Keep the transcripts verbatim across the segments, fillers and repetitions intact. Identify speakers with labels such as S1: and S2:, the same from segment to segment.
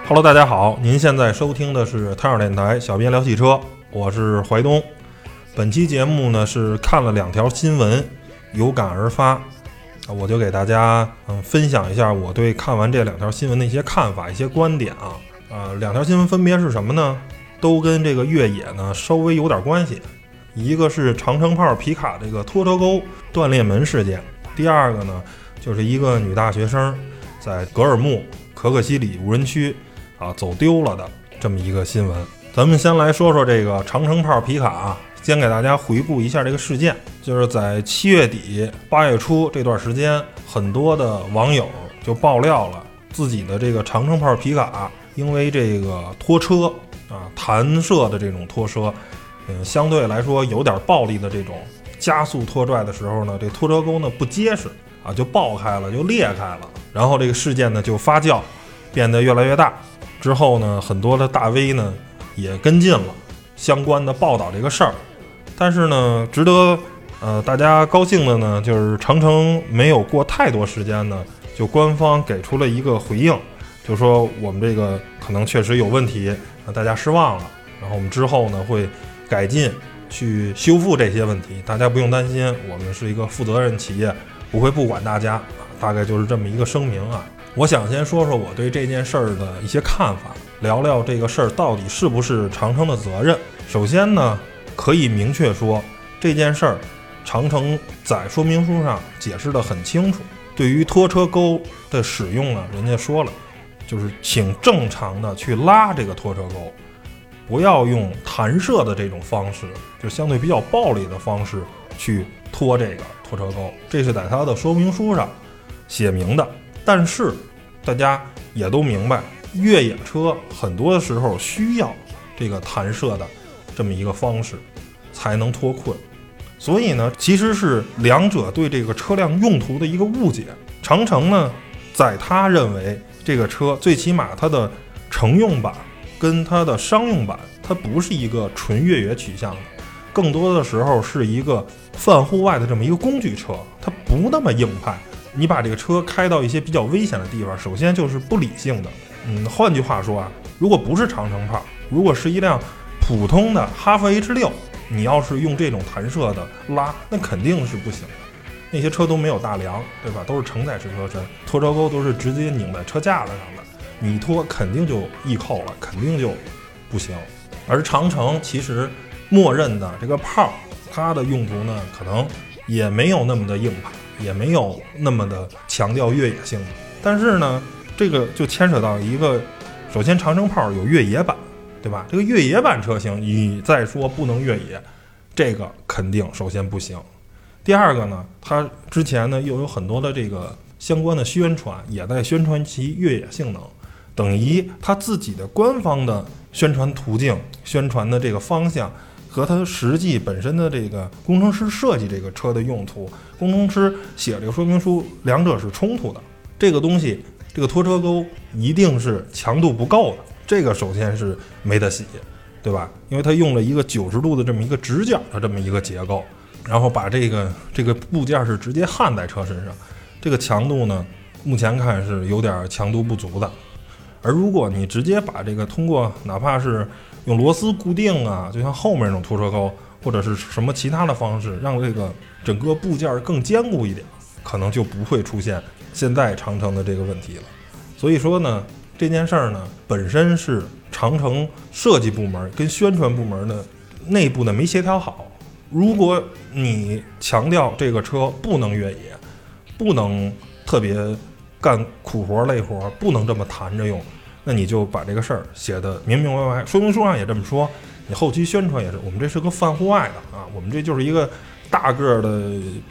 S1: Hello， 大家好，您现在收听的是太阳电台小编聊汽车，我是怀东。本期节目呢是看了两条新闻，有感而发，我就给大家嗯分享一下我对看完这两条新闻的一些看法、一些观点啊。呃，两条新闻分别是什么呢？都跟这个越野呢稍微有点关系。一个是长城炮皮卡这个拖车钩断裂门事件，第二个呢就是一个女大学生在格尔木可可西里无人区啊走丢了的这么一个新闻。咱们先来说说这个长城炮皮卡啊，先给大家回顾一下这个事件。就是在七月底八月初这段时间，很多的网友就爆料了自己的这个长城炮皮卡因为这个拖车啊弹射的这种拖车嗯，相对来说有点暴力的这种加速拖拽的时候呢，这拖车钩呢不结实啊，就爆开了，就裂开了。然后这个事件呢就发酵，变得越来越大。之后呢，很多的大 V 呢也跟进了相关的报道这个事儿。但是呢，值得呃大家高兴的呢，就是长城没有过太多时间呢，就官方给出了一个回应，就说我们这个可能确实有问题，让大家失望了。然后我们之后呢会改进去修复这些问题，大家不用担心，我们是一个负责任企业，不会不管大家，大概就是这么一个声明啊。我想先说说我对这件事儿的一些看法，聊聊这个事儿到底是不是长城的责任。首先呢，可以明确说这件事儿长城在说明书上解释得很清楚，对于拖车钩的使用呢，人家说了，就是请正常的去拉这个拖车钩，不要用弹射的这种方式，就相对比较暴力的方式去拖这个拖车钩，这是在它的说明书上写明的。但是大家也都明白，越野车很多的时候需要这个弹射的这么一个方式才能脱困，所以呢，其实是两者对这个车辆用途的一个误解。长城呢，在他认为这个车最起码它的乘用版跟它的商用版，它不是一个纯越野取向的，更多的时候是一个泛户外的这么一个工具车，它不那么硬派。你把这个车开到一些比较危险的地方，首先就是不理性的。嗯，换句话说啊，如果不是长城炮，如果是一辆普通的哈弗 H 六， 你要是用这种弹射的拉，那肯定是不行的。那些车都没有大梁，对吧？都是承载式车身，拖车钩都是直接拧在车架子上的，你拖肯定就易扣了，肯定就不行。而长城其实默认的这个炮，它的用途呢，可能也没有那么的硬派，也没有那么的强调越野性。但是呢，这个就牵扯到一个，首先长城炮有越野版，对吧？这个越野版车型，你再说不能越野，这个肯定首先不行。第二个呢，它之前呢又有很多的这个相关的宣传，也在宣传其越野性能，等于它自己的官方的宣传途径、宣传的这个方向和它实际本身的这个工程师设计这个车的用途，工程师写这个说明书，两者是冲突的。这个东西，这个拖车钩一定是强度不够的，这个首先是没得洗，对吧？因为它用了一个九十度的这么一个直角的这么一个结构，然后把这个这个部件是直接焊在车身上，这个强度呢，目前看是有点强度不足的。而如果你直接把这个通过哪怕是用螺丝固定啊，就像后面那种拖车钩或者是什么其他的方式，让这个整个部件更坚固一点，可能就不会出现现在长城的这个问题了。所以说呢，这件事儿呢本身是长城设计部门跟宣传部门的内部的没协调好。如果你强调这个车不能越野，不能特别干苦活累活，不能这么弹着用，那你就把这个事儿写得明明白白，说明书上也这么说，你后期宣传也是，我们这是个泛户外的啊，我们这就是一个大个的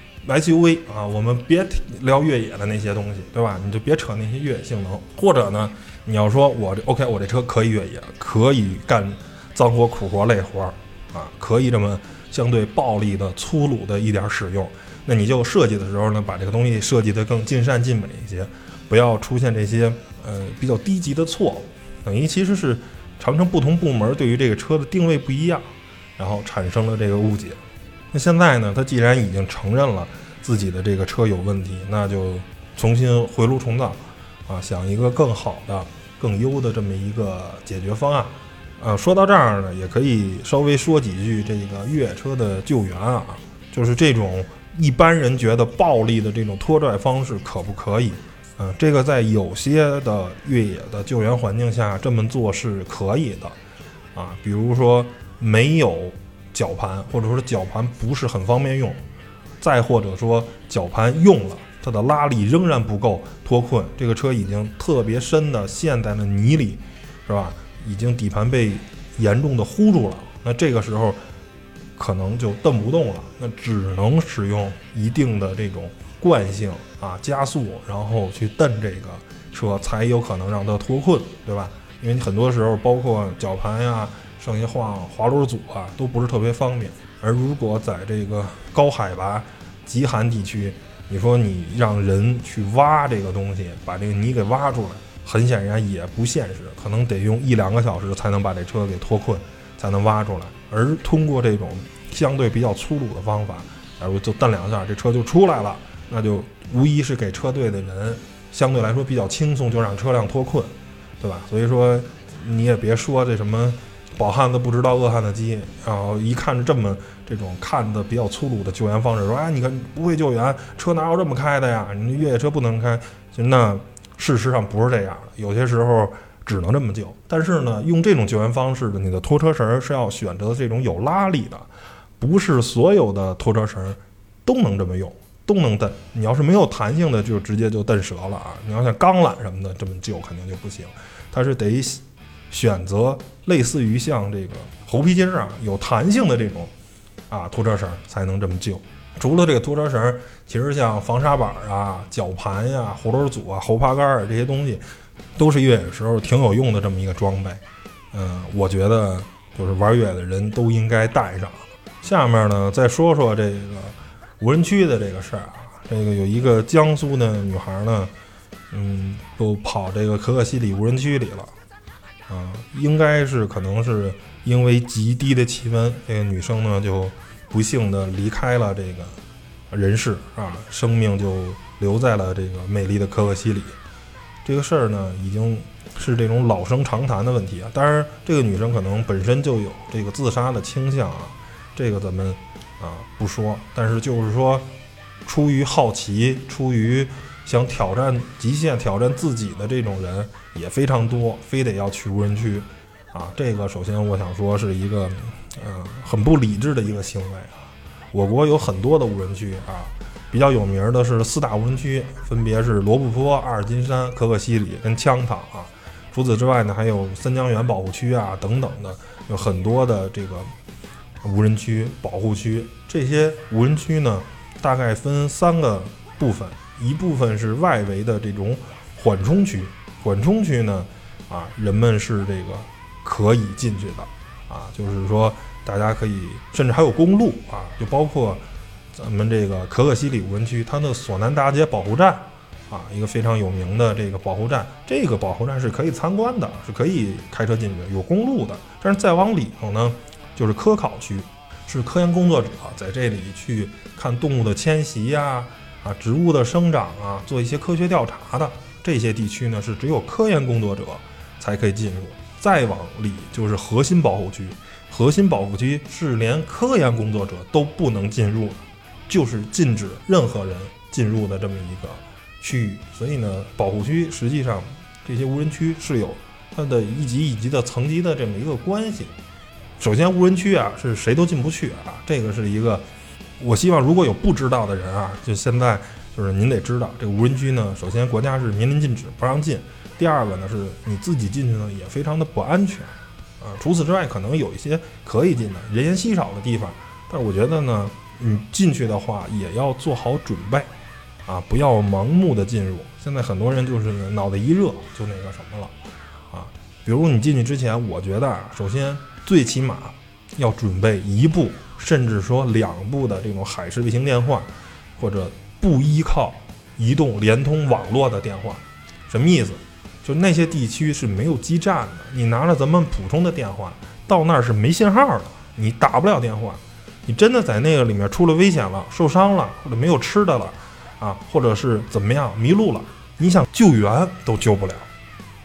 S1: S U V 啊，我们别聊越野的那些东西，对吧？你就别扯那些越野性能。或者呢，你要说我这 OK， 我这车可以越野，可以干脏活苦活累活啊，可以这么相对暴力的粗鲁的一点使用，那你就设计的时候呢，把这个东西设计得更尽善尽美一些，不要出现这些呃比较低级的错误。等于其实是长城不同部门对于这个车的定位不一样，然后产生了这个误解。那现在呢，他既然已经承认了自己的这个车有问题，那就重新回炉重造啊，想一个更好的更优的这么一个解决方案。呃，说到这儿呢，也可以稍微说几句这个越野车的救援啊，就是这种一般人觉得暴力的这种拖拽方式可不可以？嗯、呃，这个在有些的越野的救援环境下这么做是可以的啊，比如说没有绞盘，或者说绞盘不是很方便用，再或者说绞盘用了，它的拉力仍然不够脱困，这个车已经特别深的陷在了泥里，是吧？已经底盘被严重的糊住了，那这个时候可能就蹬不动了，那只能使用一定的这种惯性啊加速，然后去蹬这个车，才有可能让它脱困，对吧？因为你很多时候包括绞盘呀、剩下换滑轮组啊都不是特别方便。而如果在这个高海拔极寒地区，你说你让人去挖这个东西，把这个泥给挖出来，很显然也不现实，可能得用一两个小时才能把这车给脱困，才能挖出来。而通过这种相对比较粗鲁的方法，然后就蹬两下这车就出来了，那就无疑是给车队的人相对来说比较轻松，就让车辆脱困，对吧？所以说你也别说这什么饱汉子不知道饿汉子饥，然后一看着这么这种看的比较粗鲁的救援方式，说哎你看不会救援，车哪有这么开的呀？你越野车不能开，那事实上不是这样的，有些时候只能这么救。但是呢，用这种救援方式的，你的拖车绳是要选择这种有拉力的，不是所有的拖车绳都能这么用，都能蹬。你要是没有弹性的，就直接就蹬折了啊！你要像钢缆什么的这么救，肯定就不行。它是得选择类似于像这个猴皮筋啊有弹性的这种啊拖车绳才能这么救。除了这个拖车绳，其实像防沙板啊、绞盘呀、啊、活轮组啊、后爬杆啊这些东西，都是越野时候挺有用的这么一个装备。嗯，我觉得就是玩越野的人都应该带上。下面呢，再说说这个无人区的这个事儿啊。这个有一个江苏的女孩呢，嗯，都跑这个可可西里无人区里了。啊，应该是可能是因为极低的气温，这个女生呢就不幸的离开了这个人世啊，生命就留在了这个美丽的可可西里。这个事儿呢，已经是这种老生常谈的问题啊。当然，这个女生可能本身就有这个自杀的倾向啊，这个咱们啊不说。但是就是说，出于好奇，出于想挑战极限、挑战自己的这种人也非常多，非得要去无人区啊。这个首先我想说是一个呃很不理智的一个行为啊。我国有很多的无人区啊。比较有名的是四大无人区，分别是罗布泊、阿尔金山、可可西里跟羌塘啊。除此之外呢，还有三江源保护区啊等等的，有很多的这个无人区、保护区。这些无人区呢，大概分三个部分，一部分是外围的这种缓冲区，缓冲区呢，啊，人们是这个可以进去的啊，就是说大家可以，甚至还有公路啊，就包括咱们这个可可西里无人区，它的索南达街保护站啊，一个非常有名的这个保护站，这个保护站是可以参观的，是可以开车进去的，有公路的。但是再往里头呢，就是科考区，是科研工作者在这里去看动物的迁徙呀、啊、植物的生长啊，做一些科学调查的。这些地区呢，是只有科研工作者才可以进入。再往里就是核心保护区，核心保护区是连科研工作者都不能进入的。就是禁止任何人进入的这么一个区域。所以呢，保护区实际上这些无人区是有它的一级一级的层级的这么一个关系。首先无人区啊是谁都进不去啊，这个是一个我希望如果有不知道的人啊，就现在就是您得知道，这个无人区呢，首先国家是明令禁止不让进，第二个呢是你自己进去呢也非常的不安全啊。除此之外，可能有一些可以进的人烟稀少的地方，但是我觉得呢，你进去的话也要做好准备啊，不要盲目的进入。现在很多人就是脑袋一热就那个什么了啊。比如你进去之前，我觉得啊，首先最起码要准备一部甚至说两部的这种海事卫星电话，或者不依靠移动联通网络的电话。什么意思？就那些地区是没有基站的，你拿着咱们普通的电话到那儿是没信号的，你打不了电话。你真的在那个里面出了危险了，受伤了，或者没有吃的了啊，或者是怎么样迷路了，你想救援都救不了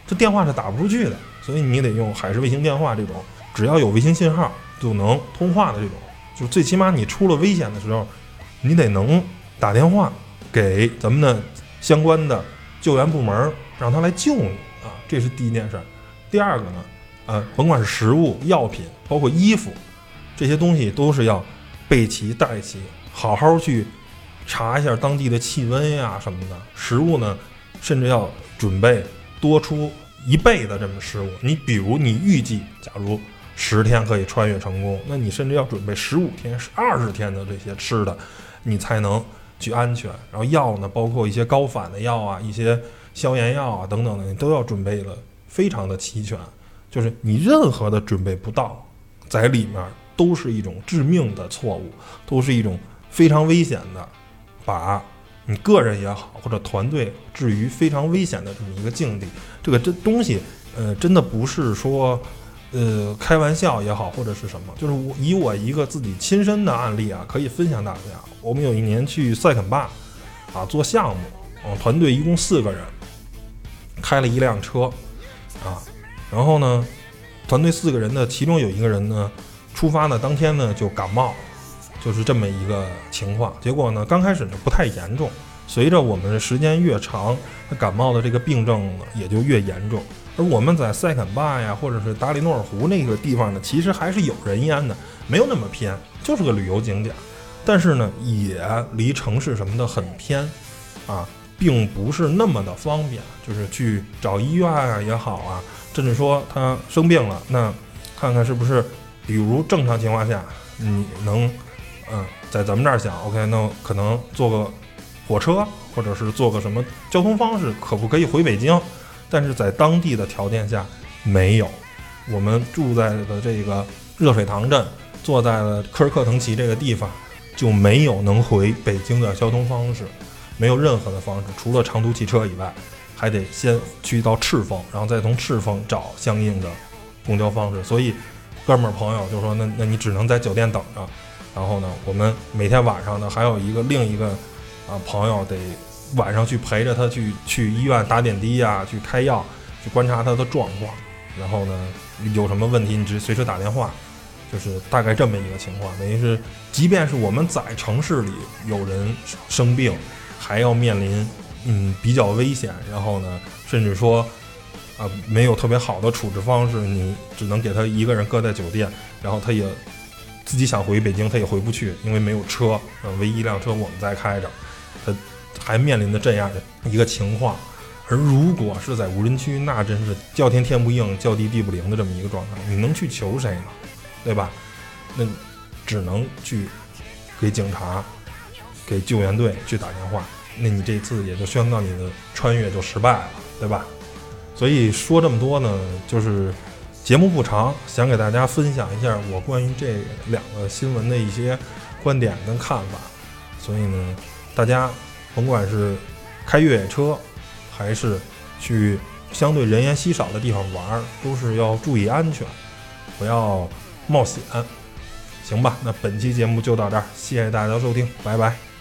S1: 这电话是打不出去的，所以你得用海事卫星电话这种只要有卫星信号就能通话的这种，就最起码你出了危险的时候，你得能打电话给咱们的相关的救援部门，让他来救你啊，这是第一件事。第二个呢，呃，甭管是食物、药品，包括衣服，这些东西都是要备齐带齐，好好去查一下当地的气温呀什么的。食物呢，甚至要准备多出一倍的这么食物。你比如你预计，假如十天可以穿越成功，那你甚至要准备十五天、二十天的这些吃的，你才能去安全。然后药呢，包括一些高反的药啊，一些消炎药啊等等的，你都要准备了非常的齐全。就是你任何的准备不到，在里面都是一种致命的错误，都是一种非常危险的，把你个人也好或者团队置于非常危险的这么一个境地。这个这东西，呃，真的不是说，呃，开玩笑也好或者是什么，就是我以我一个自己亲身的案例啊，可以分享大家。我们有一年去塞肯坝啊做项目，嗯，团队一共四个人，开了一辆车啊。然后呢，团队四个人的其中有一个人呢，出发的当天呢就感冒，就是这么一个情况。结果呢，刚开始呢不太严重，随着我们的时间越长，感冒的这个病症呢也就越严重。而我们在塞肯坝呀，或者是达里诺尔湖那个地方呢，其实还是有人烟的，没有那么偏，就是个旅游景点。但是呢，也离城市什么的很偏啊，并不是那么的方便，就是去找医院啊也好啊。甚至说他生病了，那看看是不是，比如正常情况下，你能，嗯，在咱们这儿想 ，OK， 那可能坐个火车，或者是坐个什么交通方式，可不可以回北京？但是在当地的条件下没有。我们住在的这个热水塘镇，坐在了科尔克腾旗这个地方，就没有能回北京的交通方式，没有任何的方式，除了长途汽车以外。还得先去到赤峰，然后再从赤峰找相应的公交方式。所以哥们儿朋友就说那那你只能在酒店等着。然后呢，我们每天晚上呢还有一个另一个啊朋友得晚上去陪着他去去医院打点滴啊，去开药，去观察他的状况。然后呢，有什么问题你只随时打电话，就是大概这么一个情况。等于是即便是我们在城市里有人生病，还要面临嗯，比较危险，然后呢，甚至说，啊、呃，没有特别好的处置方式，你只能给他一个人搁在酒店，然后他也自己想回北京，他也回不去，因为没有车，呃，唯一一辆车我们在开着，他还面临着这样的一个情况。而如果是在无人区，那真是叫天天不应，叫地地不灵的这么一个状态，你能去求谁呢？对吧？那只能去给警察、给救援队去打电话。那你这次也就宣告你的穿越就失败了，对吧？所以说这么多呢，就是节目不长，想给大家分享一下我关于这两个新闻的一些观点跟看法。所以呢，大家甭管是开越野车，还是去相对人烟稀少的地方玩，都是要注意安全，不要冒险。行吧，那本期节目就到这儿，谢谢大家的收听，拜拜。